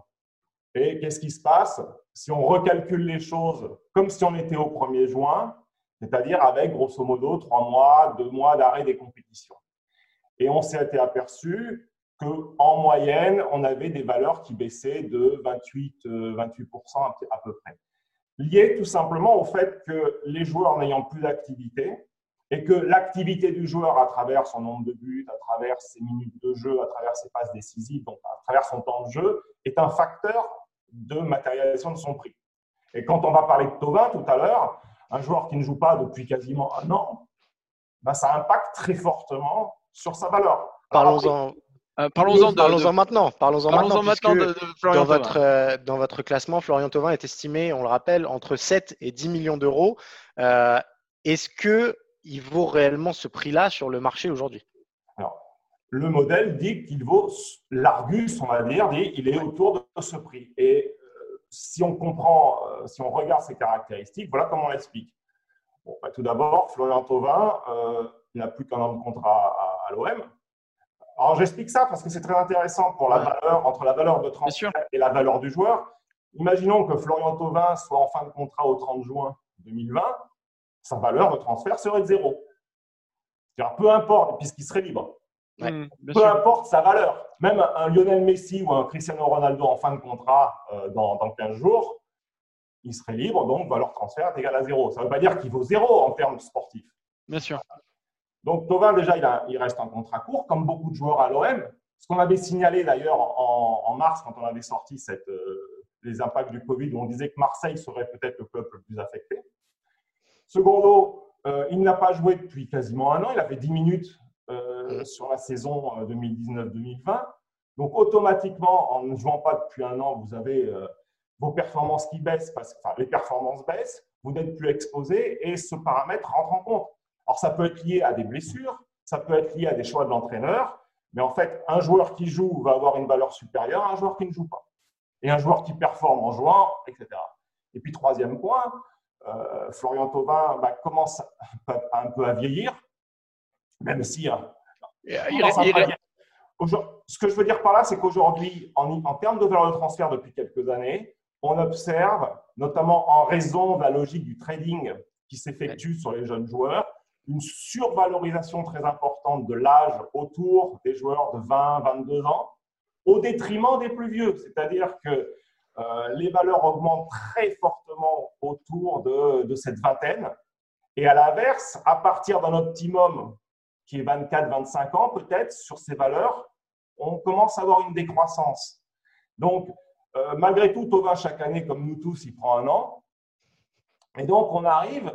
Et qu'est-ce qui se passe? Si on recalcule les choses comme si on était au premier juin, c'est-à-dire avec, grosso modo, trois mois, deux mois d'arrêt des compétitions. Et on s'est été aperçu qu'en moyenne, on avait des valeurs qui baissaient de vingt-huit pour cent à peu près. Lié tout simplement au fait que les joueurs n'ayant plus d'activité et que l'activité du joueur à travers son nombre de buts, à travers ses minutes de jeu, à travers ses passes décisives, donc à travers son temps de jeu, est un facteur de matérialisation de son prix. Et quand on va parler de Thauvin tout à l'heure, un joueur qui ne joue pas depuis quasiment un an, ben ça impacte très fortement sur sa valeur. Parlons-en euh, parlons de, parlons de, maintenant. Parlons-en parlons maintenant, maintenant de, de Florian dans, votre, euh, dans votre classement, Florian Thauvin est estimé, on le rappelle, entre sept et dix millions d'euros. Euh, est-ce qu'il vaut réellement ce prix-là sur le marché aujourd'hui? Alors, le modèle dit qu'il vaut, l'Argus, on va dire, dit il est autour de ce prix. Et si on comprend, si on regarde ses caractéristiques, voilà comment on l'explique. Bon, bah, tout d'abord, Florian Thauvin, euh, il n'a plus qu'un an de contrat à, à l'O M. Alors, j'explique ça parce que c'est très intéressant pour la valeur, entre la valeur de transfert et la valeur du joueur. Imaginons que Florian Thauvin soit en fin de contrat au trente juin deux mille vingt, sa valeur de transfert serait de zéro. C'est-à-dire, peu importe, puisqu'il serait libre. Ouais. Mmh, bien Peu sûr. importe sa valeur. Même un Lionel Messi ou un Cristiano Ronaldo en fin de contrat euh, dans, dans quinze jours, il serait libre, donc valeur transfert est égale à zéro. Ça ne veut pas dire qu'il vaut zéro en termes sportifs. Bien sûr. Donc Thauvin, déjà, il, a, il reste un contrat court, comme beaucoup de joueurs à l'O M. Ce qu'on avait signalé d'ailleurs en, en mars, quand on avait sorti cette, euh, les impacts du Covid, où on disait que Marseille serait peut-être le club le plus affecté. Secondo, euh, il n'a pas joué depuis quasiment un an. Il a fait dix minutes euh, mmh. sur la saison deux mille dix-neuf deux mille vingt. Donc automatiquement, en ne jouant pas depuis un an, vous avez euh, vos performances qui baissent, parce que enfin, les performances baissent, vous n'êtes plus exposé et ce paramètre rentre en compte. Alors, ça peut être lié à des blessures, ça peut être lié à des choix de l'entraîneur, mais en fait, un joueur qui joue va avoir une valeur supérieure à un joueur qui ne joue pas. Et un joueur qui performe en jouant, et cetera. Et puis, troisième point, euh, Florian Thauvin bah, commence un, un peu à vieillir, même si… Hein, il, il, il, il, ce que je veux dire par là, c'est qu'aujourd'hui, en, en termes de valeur de transfert depuis quelques années, on observe, notamment en raison de la logique du trading qui s'effectue sur les jeunes joueurs, une survalorisation très importante de l'âge autour des joueurs de vingt, vingt-deux ans, au détriment des plus vieux. C'est-à-dire que euh, les valeurs augmentent très fortement autour de, de cette vingtaine. Et à l'inverse, à partir d'un optimum qui est vingt-quatre, vingt-cinq ans, peut-être, sur ces valeurs, on commence à avoir une décroissance. Donc, euh, malgré tout, Thauvin, chaque année, comme nous tous, il prend un an. Et donc, on arrive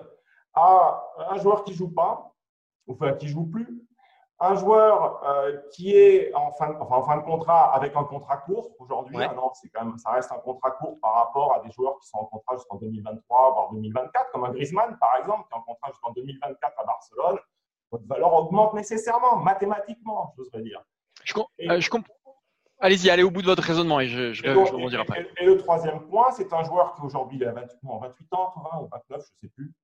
à un joueur qui ne joue pas, enfin qui ne joue plus, un joueur euh, qui est en fin, de, enfin, en fin de contrat avec un contrat court aujourd'hui. Ouais. Non, c'est quand même, ça reste un contrat court par rapport à des joueurs qui sont en contrat jusqu'en deux mille vingt-trois, voire deux mille vingt-quatre, comme un Griezmann, par exemple, qui est en contrat jusqu'en deux mille vingt-quatre à Barcelone. Votre valeur augmente nécessairement, mathématiquement, j'oserais dire. Je, com- et, euh, je comprends. Allez-y, allez au bout de votre raisonnement et je, je, et donc, je rebondirai après. Et, et le troisième point, c'est un joueur qui aujourd'hui il a vingt-huit ans, vingt ou vingt-neuf, je ne sais plus.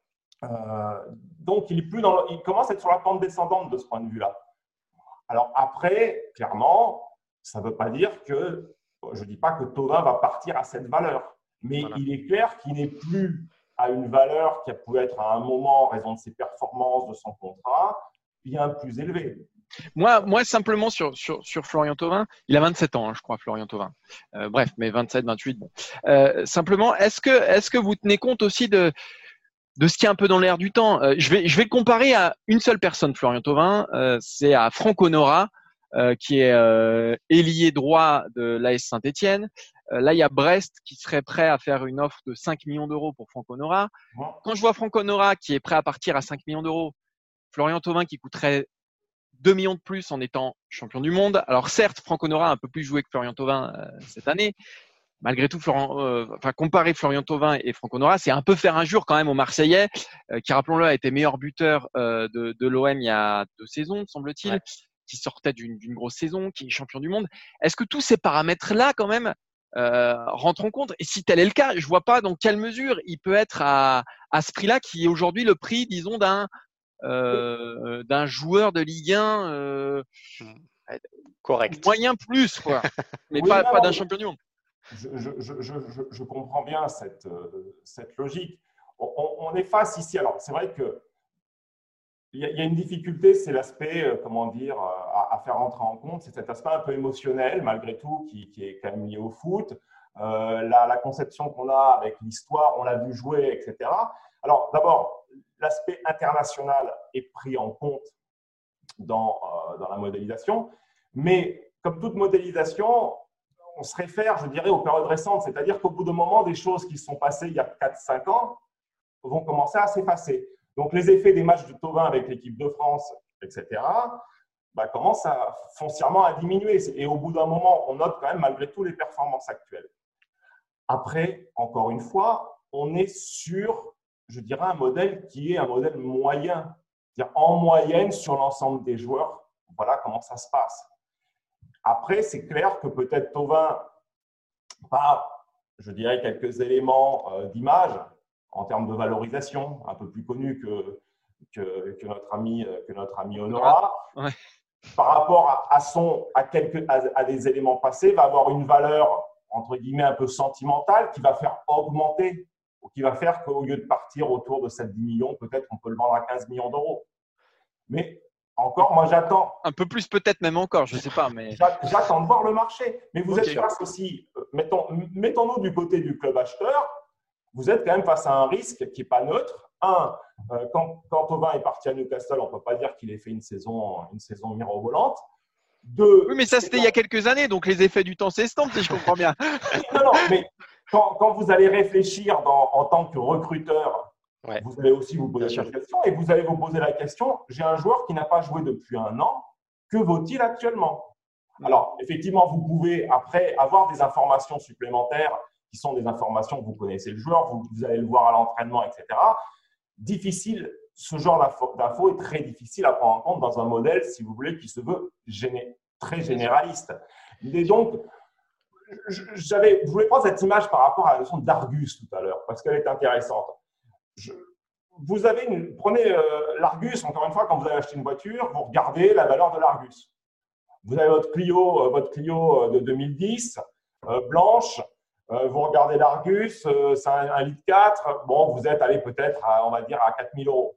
Euh, donc, il, est plus dans le, il commence à être sur la pente descendante de ce point de vue-là. Alors après, clairement, ça ne veut pas dire que, je ne dis pas que Thauvin va partir à cette valeur, mais voilà. Il est clair qu'il n'est plus à une valeur qui a pu être à un moment, en raison de ses performances, de son contrat, bien plus élevée. Moi, moi, simplement sur, sur, sur Florian Thauvin, il a vingt-sept ans, hein, je crois, Florian Thauvin. Euh, bref, mais vingt-sept, vingt-huit, bon. Euh, simplement, est-ce que, est-ce que vous tenez compte aussi de, de ce qui est un peu dans l'air du temps? euh, je, vais, je vais le comparer à une seule personne, Florian Thauvin, euh, c'est à Franck Honora, euh, qui est euh, ailier droit de l'A S Saint-Étienne. Euh, là, il y a Brest qui serait prêt à faire une offre de cinq millions d'euros pour Franck Honora. Quand je vois Franck Honora qui est prêt à partir à cinq millions d'euros, Florian Thauvin qui coûterait deux millions de plus en étant champion du monde. Alors certes, Franck Honora a un peu plus joué que Florian Thauvin euh, cette année. Malgré tout, Florent, euh, enfin, comparer Florian Thauvin et Franck Honora, c'est un peu faire injure quand même aux Marseillais, euh, qui, rappelons-le, a été meilleur buteur euh, de, de l'O M il y a deux saisons, semble-t-il, ouais. qui sortait d'une, d'une grosse saison, qui est champion du monde. Est-ce que tous ces paramètres-là, quand même, euh, rentrent en compte? Et si tel est le cas, je vois pas dans quelle mesure il peut être à, à ce prix-là, qui est aujourd'hui le prix, disons, d'un Euh, d'un joueur de Ligue un euh, correct, moyen plus, quoi, mais oui, pas, non, pas d'un non, champion du monde. Je, je, je, je, je comprends bien cette, euh, cette logique. On, on est face ici. Alors, c'est vrai que il y, y a une difficulté, c'est l'aspect, euh, comment dire, à, à faire entrer en compte. C'est cet aspect un peu émotionnel, malgré tout, qui, qui est quand même lié au foot. Euh, la, la conception qu'on a avec l'histoire, on l'a vu jouer, et cetera. Alors, d'abord, l'aspect international est pris en compte dans, euh, dans la modélisation, mais comme toute modélisation, on se réfère, je dirais, aux périodes récentes, c'est-à-dire qu'au bout d'un moment, des choses qui se sont passées il y a quatre cinq ans vont commencer à s'effacer. Donc, les effets des matchs de Thauvin avec l'équipe de France, et cetera, bah, commencent à, foncièrement à diminuer. Et au bout d'un moment, on note quand même, malgré tout, les performances actuelles. Après, encore une fois, on est sur, je dirais, un modèle qui est un modèle moyen. C'est-à-dire en moyenne sur l'ensemble des joueurs, voilà comment ça se passe. Après, c'est clair que peut-être Thauvin, par, je dirais, quelques éléments euh, d'image en termes de valorisation, un peu plus connu que, que, que, notre, ami, que notre ami Honora, ouais. par rapport à, à, son, à, quelques, à, à des éléments passés, va avoir une valeur, entre guillemets, un peu sentimentale qui va faire augmenter, ou qui va faire qu'au lieu de partir autour de sept à dix millions, peut-être on peut le vendre à quinze millions d'euros. Mais Encore, moi j'attends. Un peu plus peut-être même encore, je ne sais pas. Mais... J'attends de voir le marché. Mais vous okay. êtes face aussi, mettons, mettons-nous du côté du club acheteur, vous êtes quand même face à un risque qui n'est pas neutre. Un, euh, quand, quand Thauvin est parti à Newcastle, on ne peut pas dire qu'il ait fait une saison, une saison mirobolante. Deux, oui, mais ça c'était il y a quelques années, donc les effets du temps s'estompent, si je comprends bien. non, non, mais quand, quand vous allez réfléchir dans, en tant que recruteur, ouais. vous allez aussi vous poser la question et vous allez vous poser la question, j'ai un joueur qui n'a pas joué depuis un an, que vaut-il actuellement? Alors, effectivement, vous pouvez après avoir des informations supplémentaires qui sont des informations que vous connaissez le joueur, vous, vous allez le voir à l'entraînement, et cetera. Difficile, ce genre d'infos est très difficile à prendre en compte dans un modèle, si vous voulez, qui se veut géné très généraliste. Et donc, j'avais, je voulais prendre cette image par rapport à la notion d'Argus tout à l'heure, parce qu'elle est intéressante. Je, vous avez une, prenez euh, l'Argus, encore une fois, quand vous allez acheter une voiture, vous regardez la valeur de l'Argus. Vous avez votre Clio, euh, votre Clio de deux mille dix, euh, blanche, euh, vous regardez l'Argus, euh, c'est un, un litre quatre, bon, vous êtes allé peut-être, on va dire, à quatre mille euros.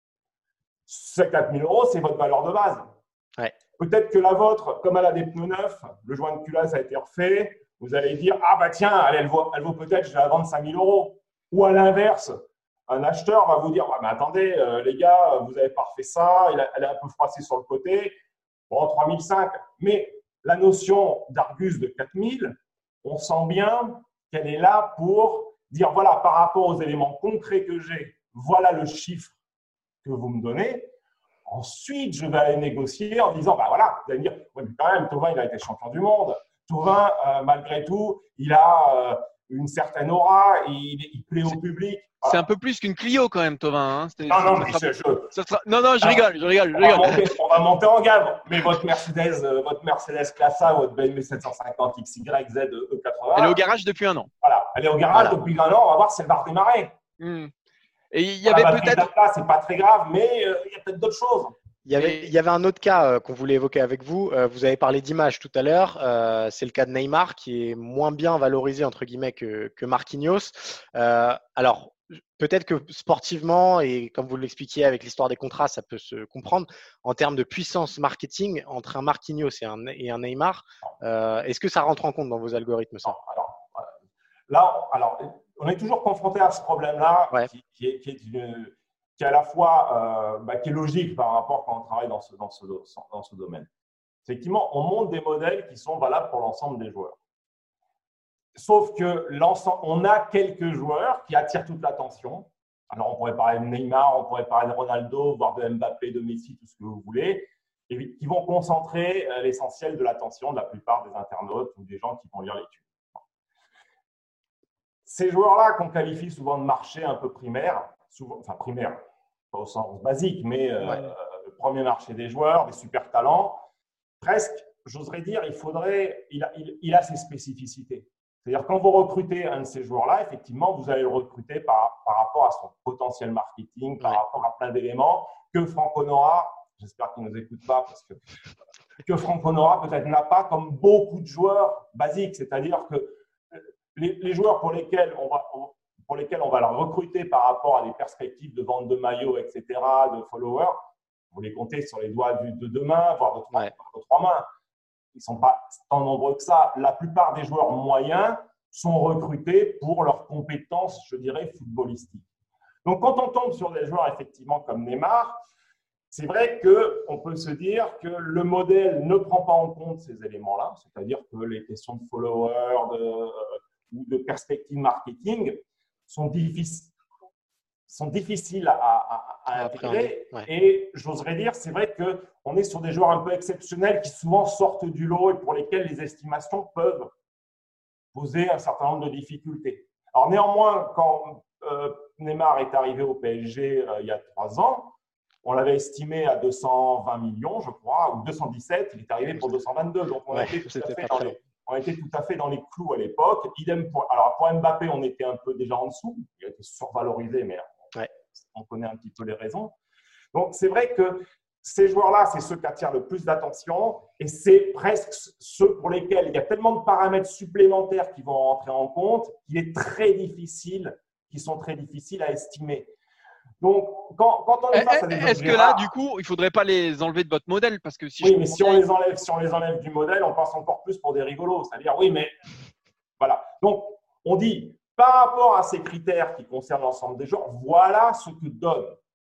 Ces quatre mille euros, c'est votre valeur de base. Ouais. Peut-être que la vôtre, comme elle a des pneus neufs, le joint de culasse a été refait, vous allez dire, ah bah tiens, elle, elle vaut, elle vaut peut-être, je vais la vendre cinq mille euros. Ou à l'inverse, un acheteur va vous dire, ah, mais attendez, euh, les gars, vous n'avez pas refait ça, elle, a, elle est un peu froissée sur le côté, bon, trois mille cinq. Mais la notion d'Argus de quatre mille, on sent bien qu'elle est là pour dire, voilà, par rapport aux éléments concrets que j'ai, voilà le chiffre que vous me donnez. Ensuite, je vais aller négocier en disant, bah voilà, vous allez me dire, ouais, mais quand même, Thauvin, il a été champion du monde. Thauvin, euh, malgré tout, il a euh, une certaine aura, il, il plaît au public. Voilà. C'est un peu plus qu'une Clio quand même, Thauvin. Hein. Non, non, mais je, je... Sera... non, non, je rigole, je rigole. Je on, va rigole. monter, on va monter en gamme. Mais votre Mercedes, euh, votre Mercedes Classe A, votre B M W sept cent cinquante X Y Z E quatre-vingts. Elle est au garage depuis un an. Voilà, elle est au garage voilà. depuis un an. On va voir si elle va redémarrer. Mmh. Et il y avait voilà, peut-être. C'est pas très grave, mais euh, il y a peut-être d'autres choses. Il y, avait, il y avait un autre cas euh, qu'on voulait évoquer avec vous. Euh, vous avez parlé d'image tout à l'heure. Euh, c'est le cas de Neymar qui est moins bien valorisé entre guillemets que, que Marquinhos. Euh, alors, peut-être que sportivement, et comme vous l'expliquiez avec l'histoire des contrats, ça peut se comprendre. En termes de puissance marketing, entre un Marquinhos et un, et un Neymar, euh, est-ce que ça rentre en compte dans vos algorithmes ça? alors, là, alors, on est toujours confronté à ce problème-là ouais. qui, qui, est, qui est une… qui est à la fois euh, bah, qui est logique par rapport quand on travaille dans ce, dans ce, dans ce domaine. Effectivement, on monte des modèles qui sont valables pour l'ensemble des joueurs. Sauf que l'ensemble, on a quelques joueurs qui attirent toute l'attention. Alors, on pourrait parler de Neymar, on pourrait parler de Ronaldo, voire de Mbappé, de Messi, tout ce que vous voulez, et qui vont concentrer l'essentiel de l'attention de la plupart des internautes ou des gens qui vont lire l'étude. Ces joueurs-là qu'on qualifie souvent de marché un peu primaire, souvent, enfin primaire, pas au sens basique, mais euh, ouais. le premier marché des joueurs, des super talents, presque, j'oserais dire, il faudrait, il a, il, il a ses spécificités. C'est-à-dire quand vous recrutez un de ces joueurs-là, effectivement, vous allez le recruter par, par rapport à son potentiel marketing, par ouais. rapport à plein d'éléments que Franck Honora, j'espère qu'il ne nous écoute pas, parce que, que Franck Honora peut-être n'a pas comme beaucoup de joueurs basiques. C'est-à-dire que les, les joueurs pour lesquels on va… On, pour lesquels on va le recruter par rapport à des perspectives de vente de maillots, et cetera, de followers, vous les comptez sur les doigts de deux mains, voire de trois, ouais. de trois mains. Ils ne sont pas tant nombreux que ça. La plupart des joueurs moyens sont recrutés pour leurs compétences, je dirais, footballistiques. Donc, quand on tombe sur des joueurs, effectivement, comme Neymar, c'est vrai qu'on peut se dire que le modèle ne prend pas en compte ces éléments-là, c'est-à-dire que les questions de followers de, ou de perspectives marketing sont difficiles, sont difficiles à, à, à intégrer. Ouais. Et j'oserais dire, c'est vrai qu'on est sur des joueurs un peu exceptionnels qui souvent sortent du lot et pour lesquels les estimations peuvent poser un certain nombre de difficultés. Alors néanmoins, quand euh, Neymar est arrivé au P S G euh, il y a trois ans, on l'avait estimé à deux cent vingt millions, je crois, ou deux cent dix-sept, il est arrivé pour deux cent vingt-deux. Donc on ouais, a été tout à fait dans les… On était tout à fait dans les clous à l'époque. Idem pour, alors pour Mbappé, on était un peu déjà en dessous. Il a été survalorisé, mais ouais. on connaît un petit peu les raisons. Donc, c'est vrai que ces joueurs-là, c'est ceux qui attirent le plus d'attention et c'est presque ceux pour lesquels il y a tellement de paramètres supplémentaires qui vont rentrer en compte qu'il est très difficile, qui sont très difficiles à estimer. Donc, quand, quand on est face à des Est-ce objets que là, rares, du coup, il ne faudrait pas les enlever de votre modèle parce que si oui, je mais si on les enlève, si on les enlève du modèle, on passe encore plus pour des rigolos. C'est-à-dire, oui, mais voilà. Donc, on dit, par rapport à ces critères qui concernent l'ensemble des joueurs, voilà ce que donne.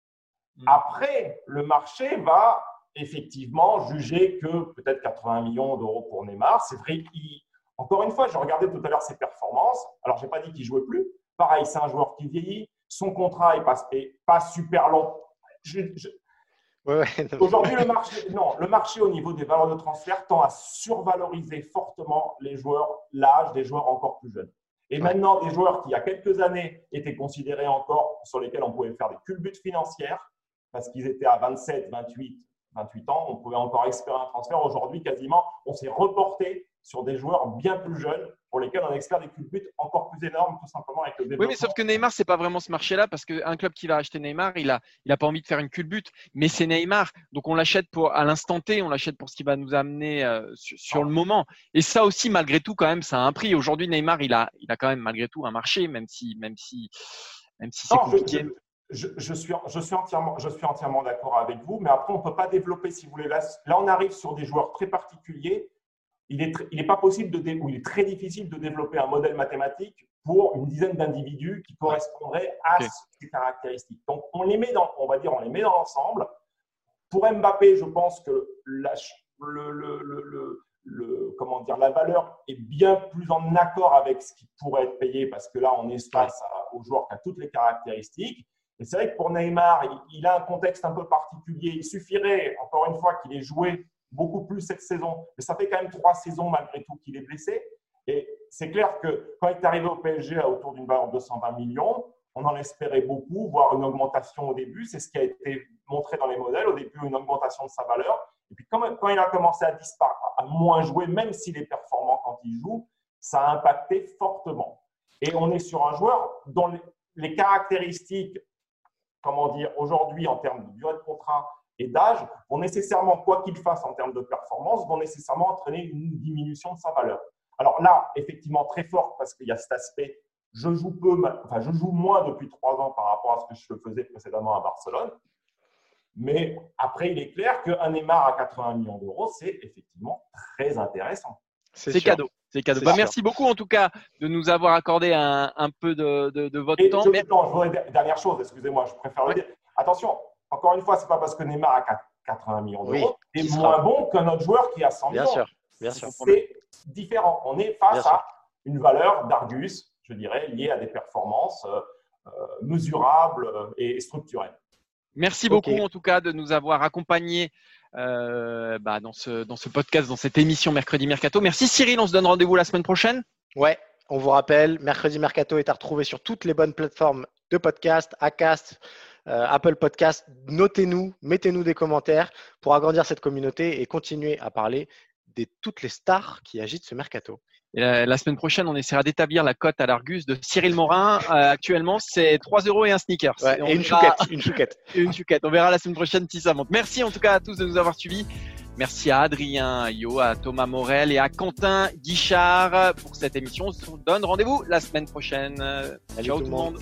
Après, le marché va effectivement juger que peut-être quatre-vingts millions d'euros pour Neymar. C'est vrai, il... encore une fois, je regardais tout à l'heure ses performances. Alors, je n'ai pas dit qu'il ne jouait plus. Pareil, c'est un joueur qui vieillit. Son contrat n'est pas, est pas super long. Je, je... Ouais, ouais, Aujourd'hui, le marché, non, le marché au niveau des valeurs de transfert tend à survaloriser fortement les joueurs, l'âge des joueurs encore plus jeunes. Et maintenant, des joueurs qui, il y a quelques années, étaient considérés encore, sur lesquels on pouvait faire des culbutes financières, parce qu'ils étaient à vingt-sept, vingt-huit, vingt-huit ans, on pouvait encore espérer un transfert. Aujourd'hui, quasiment, on s'est reporté sur des joueurs bien plus jeunes pour lesquels on espère des culbutes encore plus énormes, tout simplement avec le développement. Oui, mais sauf que Neymar, c'est pas vraiment ce marché-là parce qu'un club qui va acheter Neymar, il a, il a pas envie de faire une culbute, mais c'est Neymar. Donc, on l'achète pour, à l'instant T, on l'achète pour ce qui va nous amener euh, sur, sur le moment. Et ça aussi, malgré tout, quand même, ça a un prix. Aujourd'hui, Neymar, il a, il a quand même, malgré tout, un marché, même si, même si, même si c'est non, compliqué. Je, je, je, suis, je, suis entièrement, je suis entièrement d'accord avec vous, mais après, on ne peut pas développer, si vous voulez. Là, là, on arrive sur des joueurs très particuliers. Il n'est il est pas possible de dé, ou il est très difficile de développer un modèle mathématique pour une dizaine d'individus qui correspondraient à okay. ces caractéristiques. Donc, on les met dans, on va dire, on les met dans l'ensemble. Pour Mbappé, je pense que la, le, le, le, le, le, comment dire, la valeur est bien plus en accord avec ce qui pourrait être payé parce que là, on est face à, aux joueurs qui ont toutes les caractéristiques. Et c'est vrai que pour Neymar, il, il a un contexte un peu particulier. Il suffirait, encore une fois, qu'il ait joué beaucoup plus cette saison. Mais ça fait quand même trois saisons malgré tout qu'il est blessé. Et c'est clair que quand il est arrivé au P S G à autour d'une valeur de deux cent vingt millions, on en espérait beaucoup, voire une augmentation au début. C'est ce qui a été montré dans les modèles. Au début, une augmentation de sa valeur. Et puis quand, quand il a commencé à disparaître, à moins jouer, même s'il est performant quand il joue, ça a impacté fortement. Et on est sur un joueur dont les, les caractéristiques, comment dire, aujourd'hui en termes de durée de contrat et d'âge, vont nécessairement, quoi qu'il fasse en termes de performance, vont nécessairement entraîner une diminution de sa valeur. Alors là, effectivement, très fort parce qu'il y a cet aspect, je joue peu, enfin, je joue moins depuis trois ans par rapport à ce que je faisais précédemment à Barcelone. Mais après, il est clair qu'un Neymar à quatre-vingts millions d'euros, c'est effectivement très intéressant. C'est, c'est cadeau. C'est cadeau. C'est bah, merci beaucoup en tout cas de nous avoir accordé un, un peu de, de, de votre et temps. Je, mais... non, je voudrais, dernière chose, excusez-moi, je préfère ouais. le dire. Attention, encore une fois, ce n'est pas parce que Neymar a quatre-vingts millions d'euros oui, est moins bon qu'un autre joueur qui a cent millions. Bien sûr, bien sûr. C'est différent. On est face bien à sûr. une valeur d'Argus, je dirais, liée à des performances euh, euh, mesurables et structurelles. Merci beaucoup okay. en tout cas de nous avoir accompagnés euh, bah, dans, ce, dans ce podcast, dans cette émission Mercredi Mercato. Merci Cyril, on se donne rendez-vous la semaine prochaine. Ouais, on vous rappelle, Mercredi Mercato est à retrouver sur toutes les bonnes plateformes de podcast, Acast, euh, Apple Podcast. Notez-nous, mettez-nous des commentaires pour agrandir cette communauté et continuer à parler de toutes les stars qui agitent ce Mercato. Et la, la semaine prochaine, on essaiera d'établir la cote à l'Argus de Cyril Morin. Euh, actuellement, c'est trois euros et un sneaker. Ouais, et, et une verra... chouquette. Une chouquette. et une chouquette. On verra la semaine prochaine si ça monte. Merci en tout cas à tous de nous avoir suivis. Merci à Adrien, à Yo, à Thomas Morel et à Quentin Guichard pour cette émission. On se donne rendez-vous la semaine prochaine. Salut Ciao tout le monde. monde.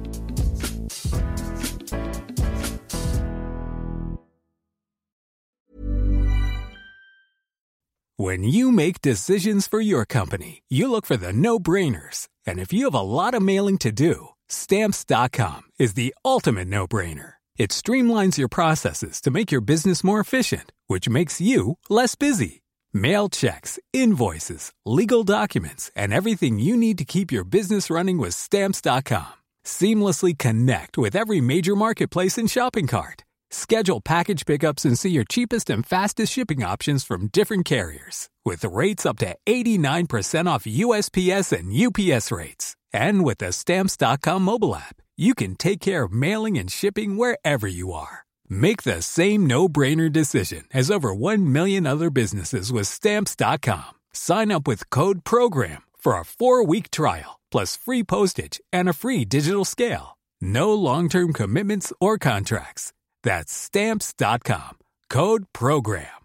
When you make decisions for your company, you look for the no-brainers. And if you have a lot of mailing to do, Stamps dot com is the ultimate no-brainer. It streamlines your processes to make your business more efficient, which makes you less busy. Mail checks, invoices, legal documents, and everything you need to keep your business running with Stamps dot com. Seamlessly connect with every major marketplace and shopping cart. Schedule package pickups and see your cheapest and fastest shipping options from different carriers. With rates up to eighty-nine percent off U S P S and U P S rates. And with the Stamps dot com mobile app, you can take care of mailing and shipping wherever you are. Make the same no-brainer decision as over one million other businesses with Stamps dot com. Sign up with code PROGRAM for a four-week trial, plus free postage and a free digital scale. No long-term commitments or contracts. That's Stamps dot com. Code PROGRAM.